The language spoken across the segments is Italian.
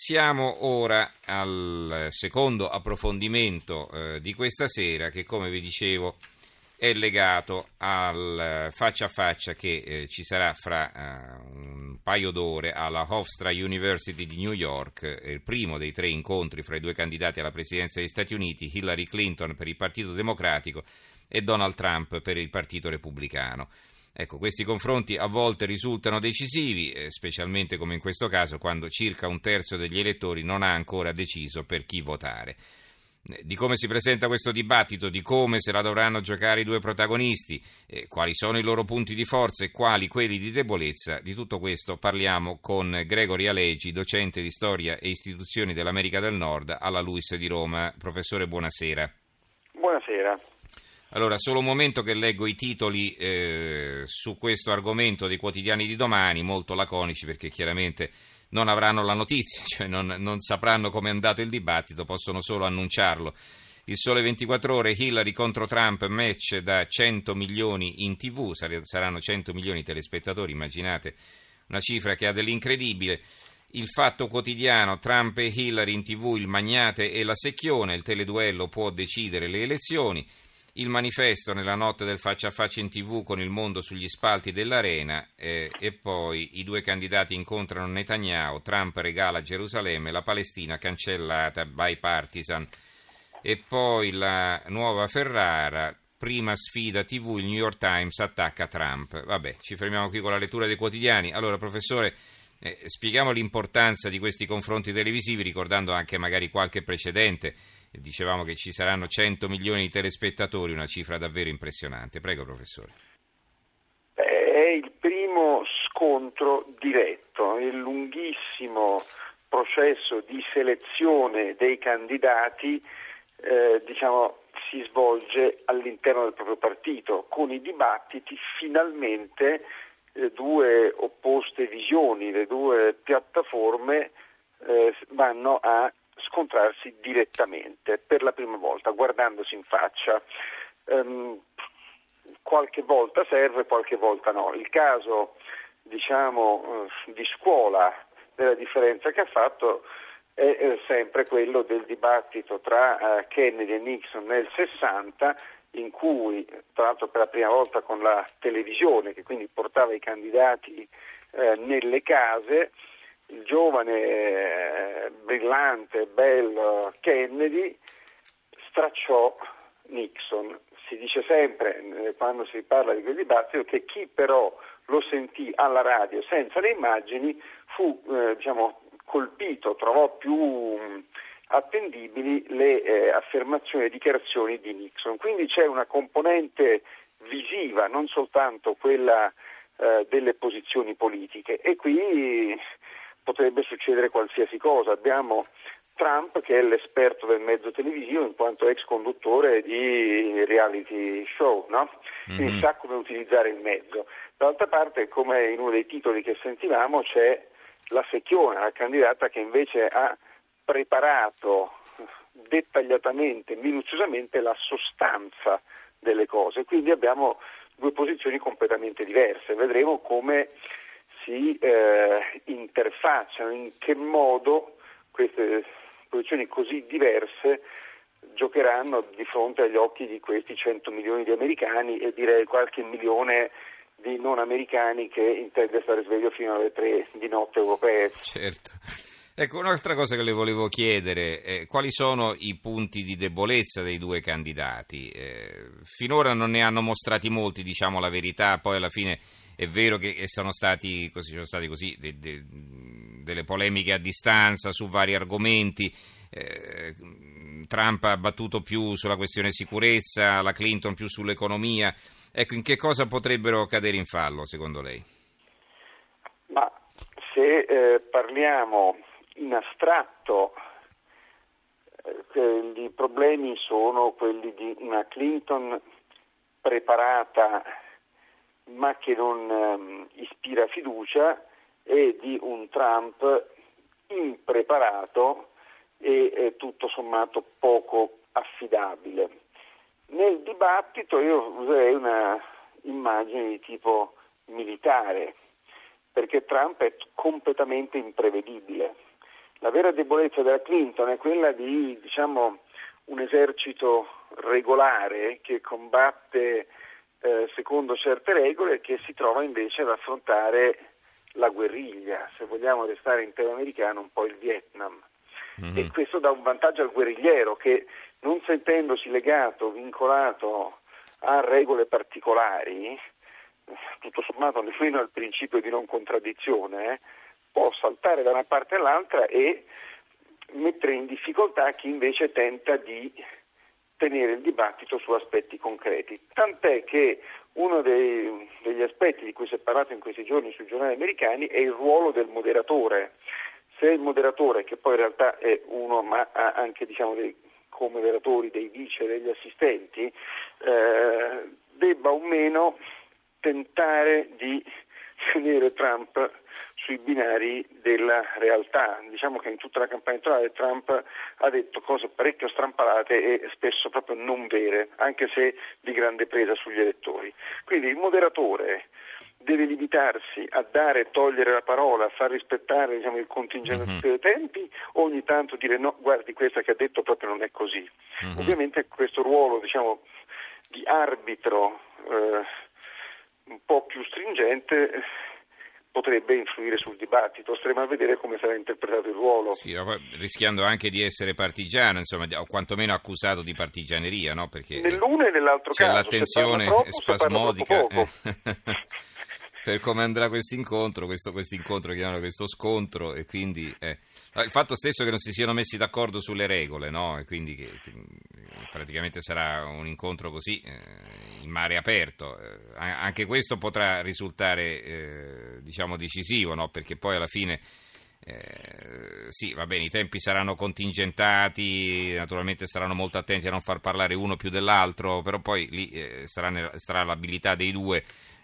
Passiamo ora al secondo approfondimento di questa sera, che come vi dicevo è legato al faccia a faccia che ci sarà fra un paio d'ore alla Hofstra University di New York, il primo dei 3 incontri fra i 2 candidati alla presidenza degli Stati Uniti, Hillary Clinton per il Partito Democratico e Donald Trump per il Partito Repubblicano. Ecco, questi confronti a volte risultano decisivi, specialmente come in questo caso, quando circa un terzo degli elettori non ha ancora deciso per chi votare. Di come si presenta questo dibattito, di come se la dovranno giocare i 2 protagonisti, quali sono i loro punti di forza e quali quelli di debolezza, di tutto questo parliamo con Gregory Alegi, docente di Storia e Istituzioni dell'America del Nord alla LUISS di Roma. Professore, buonasera. Buonasera. Allora, solo un momento che leggo i titoli su questo argomento dei quotidiani di domani, molto laconici perché chiaramente non avranno la notizia, cioè non sapranno come è andato il dibattito, possono solo annunciarlo. Il Sole 24 Ore, Hillary contro Trump, match da 100 milioni in TV, saranno 100 milioni di telespettatori, immaginate, una cifra che ha dell'incredibile. Il Fatto Quotidiano, Trump e Hillary in TV, il magnate e la secchione, il teleduello può decidere le elezioni. Il Manifesto, nella notte del faccia a faccia in TV con il mondo sugli spalti dell'arena, e poi i 2 candidati incontrano Netanyahu, Trump regala Gerusalemme, la Palestina cancellata, bipartisan, e poi la Nuova Ferrara, prima sfida TV, il New York Times attacca Trump. Vabbè, ci fermiamo qui con la lettura dei quotidiani. Allora, professore, spieghiamo l'importanza di questi confronti televisivi, ricordando anche magari qualche precedente. Dicevamo che ci saranno 100 milioni di telespettatori, una cifra davvero impressionante. Prego, professore. È il primo scontro diretto, il lunghissimo processo di selezione dei candidati si svolge all'interno del proprio partito, con i dibattiti finalmente 2 opposte visioni, le 2 piattaforme vanno a scontrarsi direttamente per la prima volta, guardandosi in faccia. Qualche volta serve, qualche volta no. Il caso, di scuola della differenza che ha fatto è sempre quello del dibattito tra Kennedy e Nixon nel 60, in cui, tra l'altro per la prima volta con la televisione, che quindi portava i candidati nelle case, il giovane, brillante, bello Kennedy stracciò Nixon. Si dice sempre, quando si parla di quel dibattito, che chi però lo sentì alla radio senza le immagini fu colpito, trovò più attendibili le affermazioni e dichiarazioni di Nixon. Quindi c'è una componente visiva, non soltanto quella delle posizioni politiche, e qui potrebbe succedere qualsiasi cosa. Abbiamo Trump che è l'esperto del mezzo televisivo in quanto ex conduttore di reality show, no? Quindi sa come utilizzare il mezzo. Dall'altra parte, come in uno dei titoli che sentivamo, c'è la secchione, la candidata che invece ha preparato dettagliatamente, minuziosamente la sostanza delle cose. Quindi abbiamo 2 posizioni completamente diverse. Vedremo come si interfacciano, in che modo queste posizioni così diverse giocheranno di fronte agli occhi di questi 100 milioni di americani e direi qualche milione di non americani che intende stare sveglio fino alle 3 di notte europee. Certo. Ecco, un'altra cosa che le volevo chiedere, quali sono i punti di debolezza dei 2 candidati? Finora non ne hanno mostrati molti, diciamo la verità, poi alla fine è vero che ci sono stati così delle polemiche a distanza su vari argomenti. Trump ha battuto più sulla questione sicurezza, la Clinton più sull'economia. Ecco, in che cosa potrebbero cadere in fallo, secondo lei? Ma se parliamo in astratto, i problemi sono quelli di una Clinton preparata ma che non ispira fiducia, e di un Trump impreparato e tutto sommato poco affidabile. Nel dibattito io userei una immagine di tipo militare, perché Trump è completamente imprevedibile. La vera debolezza della Clinton è quella di, un esercito regolare che combatte secondo certe regole e che si trova invece ad affrontare la guerriglia, se vogliamo restare in tema americano, un po' il Vietnam. E questo dà un vantaggio al guerrigliero che, non sentendosi legato, vincolato a regole particolari, tutto sommato nemmeno al principio di non contraddizione, può saltare da una parte all'altra e mettere in difficoltà chi invece tenta di tenere il dibattito su aspetti concreti. Tant'è che uno degli aspetti di cui si è parlato in questi giorni sui giornali americani è il ruolo del moderatore. Se il moderatore, che poi in realtà è uno, ma ha anche dei co-moderatori, dei vice, degli assistenti, debba o meno tentare di tenere Trump sui binari della realtà. Diciamo che in tutta la campagna elettorale Trump ha detto cose parecchio strampalate e spesso proprio non vere, anche se di grande presa sugli elettori. Quindi il moderatore deve limitarsi a dare e togliere la parola, a far rispettare il contingentamento dei tempi, o ogni tanto dire no, guardi, questa che ha detto proprio non è così. Ovviamente questo ruolo di arbitro un po' più stringente potrebbe influire sul dibattito. Staremo a vedere come sarà interpretato il ruolo. Sì, rischiando anche di essere partigiano, insomma, o quantomeno accusato di partigianeria, no? Perché nell'uno e nell'altro c'è caso l'attenzione spasmodica per come andrà questo incontro chiamano questo scontro, e quindi il fatto stesso che non si siano messi d'accordo sulle regole, no? E quindi che praticamente sarà un incontro così in mare aperto, anche questo potrà risultare decisivo, no? Perché poi alla fine sì, va bene, i tempi saranno contingentati, naturalmente saranno molto attenti a non far parlare uno più dell'altro, però poi lì sarà l'abilità dei due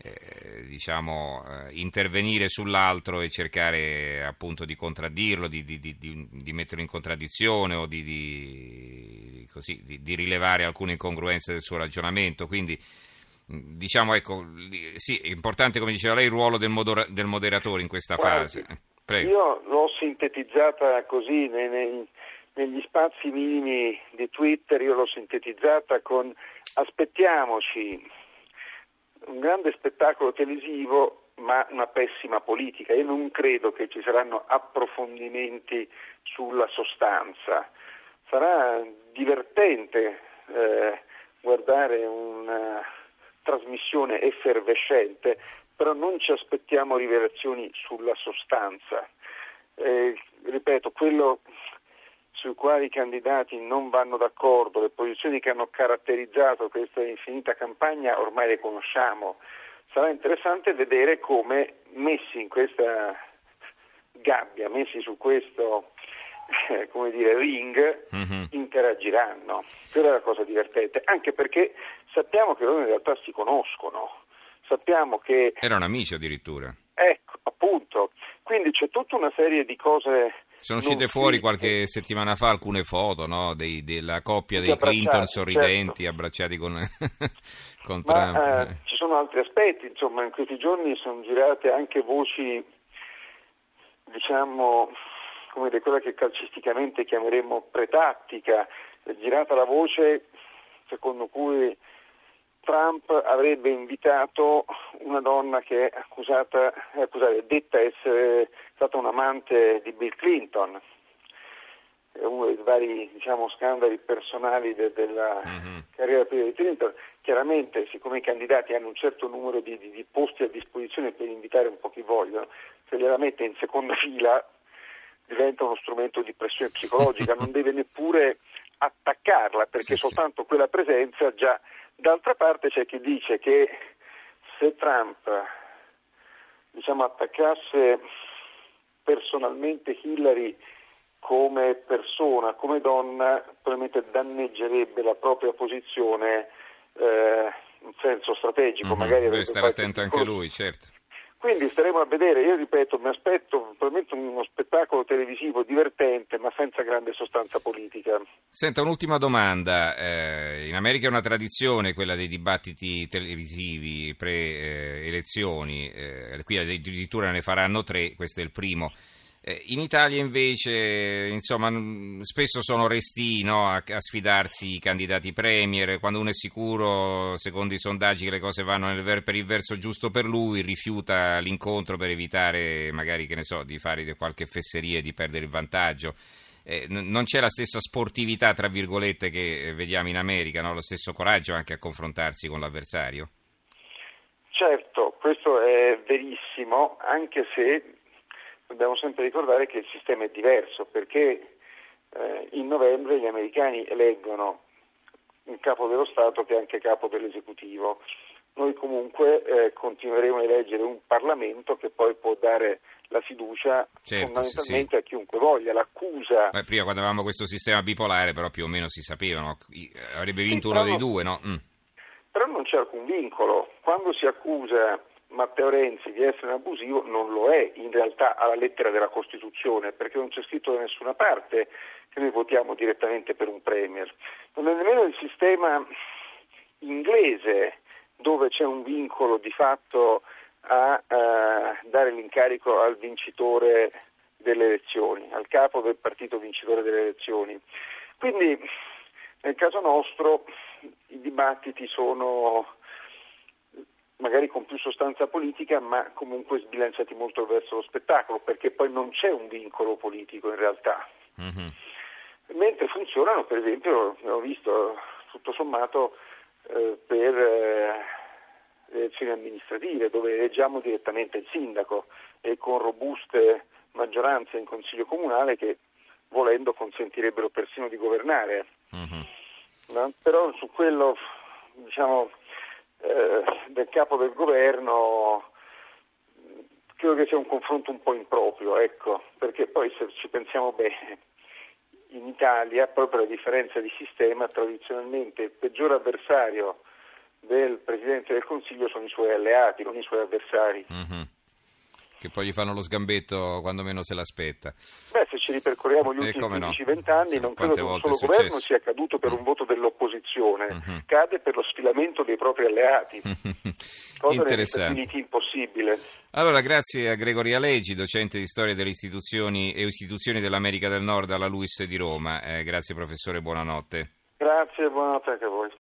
intervenire sull'altro e cercare appunto di contraddirlo, di metterlo in contraddizione o di rilevare alcune incongruenze del suo ragionamento. Quindi sì, è importante, come diceva lei, il ruolo del moderatore in questa fase. Prego. Io l'ho sintetizzata così negli spazi minimi di Twitter, io l'ho sintetizzata con: aspettiamoci un grande spettacolo televisivo ma una pessima politica. Io non credo che ci saranno approfondimenti sulla sostanza. Sarà divertente guardare una trasmissione effervescente, però non ci aspettiamo rivelazioni sulla sostanza. Ripeto, quello sui quali i candidati non vanno d'accordo, le posizioni che hanno caratterizzato questa infinita campagna ormai le conosciamo. Sarà interessante vedere come, messi in questa gabbia, messi su questo ring, interagiranno. Quella è la cosa divertente, anche perché sappiamo che loro in realtà si conoscono, sappiamo che erano amici addirittura. Ecco, appunto. Quindi c'è tutta una serie di cose. Sono uscite fuori qualche settimana fa alcune foto, no? Della coppia dei Clinton sorridenti, certo, abbracciati con Trump. Ci sono altri aspetti, insomma, in questi giorni sono girate anche voci, quella che calcisticamente chiameremmo pretattica. È girata la voce secondo cui Trump avrebbe invitato una donna che è detta essere stata un amante di Bill Clinton, uno dei vari scandali personali della carriera di Clinton. Chiaramente, siccome i candidati hanno un certo numero di posti a disposizione per invitare un po' chi vogliono, se gliela mette in seconda fila diventa uno strumento di pressione psicologica, non deve neppure attaccarla, perché soltanto quella presenza già. D'altra parte c'è chi dice che se Trump attaccasse personalmente Hillary come persona, come donna, probabilmente danneggerebbe la propria posizione in senso strategico. Magari deve stare attento anche lui, certo. Quindi staremo a vedere. Io ripeto, mi aspetto probabilmente uno spettacolo televisivo divertente ma senza grande sostanza politica. Senta, un'ultima domanda. In America è una tradizione quella dei dibattiti televisivi pre-elezioni, qui addirittura ne faranno 3, questo è il primo. In Italia invece, insomma, spesso sono restii, no, a sfidarsi i candidati premier. Quando uno è sicuro, secondo i sondaggi, che le cose vanno per il verso giusto per lui, rifiuta l'incontro per evitare magari, che ne so, di fare qualche fesseria e di perdere il vantaggio. Non c'è la stessa sportività, tra virgolette, che vediamo in America, no? Lo stesso coraggio anche a confrontarsi con l'avversario? Certo, questo è verissimo, anche se dobbiamo sempre ricordare che il sistema è diverso, perché in novembre gli americani eleggono un capo dello Stato che è anche capo dell'esecutivo. Noi comunque continueremo a eleggere un Parlamento che poi può dare la fiducia fondamentalmente a chiunque voglia. L'accusa... Prima, quando avevamo questo sistema bipolare, però più o meno si sapeva, no? Avrebbe vinto uno dei due, no? Però non c'è alcun vincolo. Quando si accusa Matteo Renzi di essere un abusivo, non lo è in realtà alla lettera della Costituzione, perché non c'è scritto da nessuna parte che noi votiamo direttamente per un premier. Non è nemmeno il sistema inglese, dove c'è un vincolo di fatto a dare l'incarico al vincitore delle elezioni, al capo del partito vincitore delle elezioni. Quindi nel caso nostro i dibattiti sono magari con più sostanza politica, ma comunque sbilanciati molto verso lo spettacolo, perché poi non c'è un vincolo politico in realtà. Mm-hmm. Mentre funzionano, per esempio, abbiamo visto tutto sommato per le elezioni amministrative, dove eleggiamo direttamente il sindaco e con robuste maggioranze in consiglio comunale che volendo consentirebbero persino di governare. Mm-hmm. No? Però su quello, diciamo, del capo del governo credo che sia un confronto un po' improprio, ecco, perché poi se ci pensiamo bene, in Italia, proprio per la differenza di sistema, tradizionalmente il peggior avversario del Presidente del Consiglio sono i suoi alleati, non i suoi avversari. Mm-hmm. Che poi gli fanno lo sgambetto quando meno se l'aspetta. Beh, se ci ripercorriamo gli ultimi 15-20 anni, sì, non credo che un solo governo sia caduto per un voto dell'opposizione, cade per lo sfilamento dei propri alleati. Cosa negli Stati Uniti impossibile. Allora, grazie a Gregory Alegi, docente di storia delle istituzioni e istituzioni dell'America del Nord alla LUISS di Roma. Grazie professore, buonanotte. Grazie, buonanotte anche a voi.